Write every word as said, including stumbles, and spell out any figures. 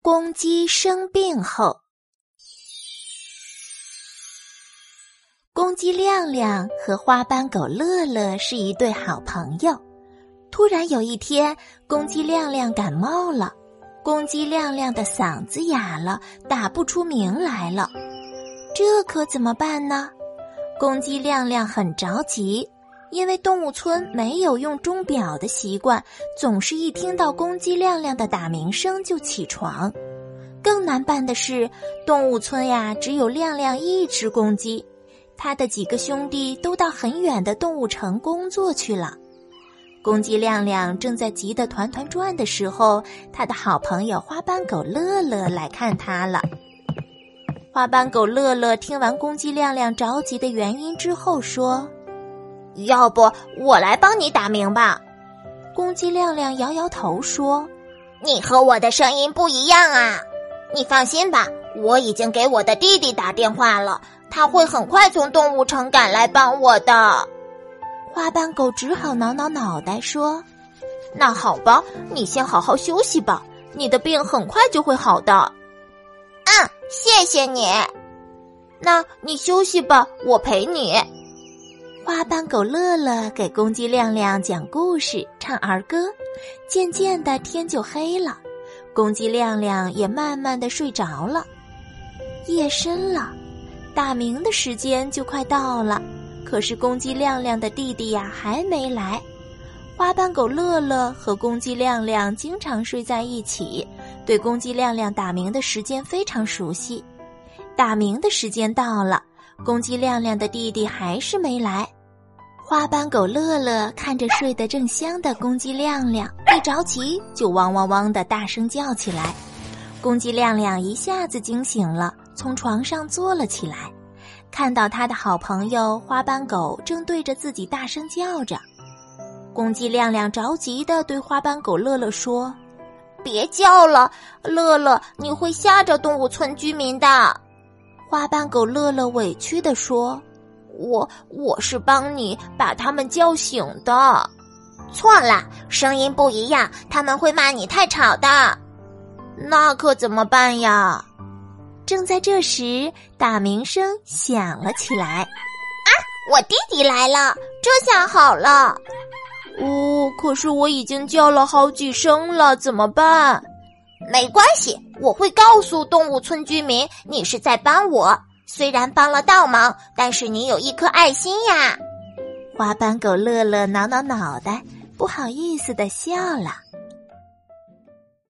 公鸡生病后。公鸡亮亮和花斑狗乐乐是一对好朋友。突然有一天，公鸡亮亮感冒了，公鸡亮亮的嗓子哑了，打不出名来了。这可怎么办呢？公鸡亮亮很着急，因为动物村没有用钟表的习惯，总是一听到公鸡亮亮的打鸣声就起床。更难办的是，动物村呀只有亮亮一只公鸡，他的几个兄弟都到很远的动物城工作去了。公鸡亮亮正在急得团团转的时候，他的好朋友花斑狗乐乐来看他了。花斑狗乐乐听完公鸡亮亮着急的原因之后说： 要不我来帮你打鸣吧。 公鸡亮亮摇摇头说： 你和我的声音不一样啊。你放心吧，我已经给我的弟弟打电话了，他会很快从动物城赶来帮我的。 花斑狗只好挠挠脑袋说： 那好吧，你先好好休息吧，你的病很快就会好的。嗯，谢谢你。那你休息吧，我陪你。 花斑狗乐乐给公鸡亮亮讲故事，唱儿歌。渐渐的天就黑了，公鸡亮亮也慢慢的睡着了。夜深了，打鸣的时间就快到了，可是公鸡亮亮的弟弟呀还没来。花斑狗乐乐和公鸡亮亮经常睡在一起，对公鸡亮亮打鸣的时间非常熟悉。打鸣的时间到了，公鸡亮亮的弟弟还是没来。花斑狗乐乐看着睡得正香的公鸡亮亮，一着急就汪汪汪地大声叫起来。公鸡亮亮一下子惊醒了，从床上坐了起来，看到他的好朋友花斑狗正对着自己大声叫着。公鸡亮亮着急地对花斑狗乐乐说： 别叫了，乐乐，你会吓着动物村居民的。 花斑狗乐乐委屈地说： 我我是帮你把他们叫醒的。错了，声音不一样，他们会骂你太吵的。那可怎么办呀？ 正在这时，打鸣声响了起来。 啊，我弟弟来了，这下好了。 哦，可是我已经叫了好几声了，怎么办？ 没关系，我会告诉动物村居民你是在帮我。虽然帮了倒忙，但是你有一颗爱心呀。 花斑狗乐乐挠挠脑袋，不好意思地笑了。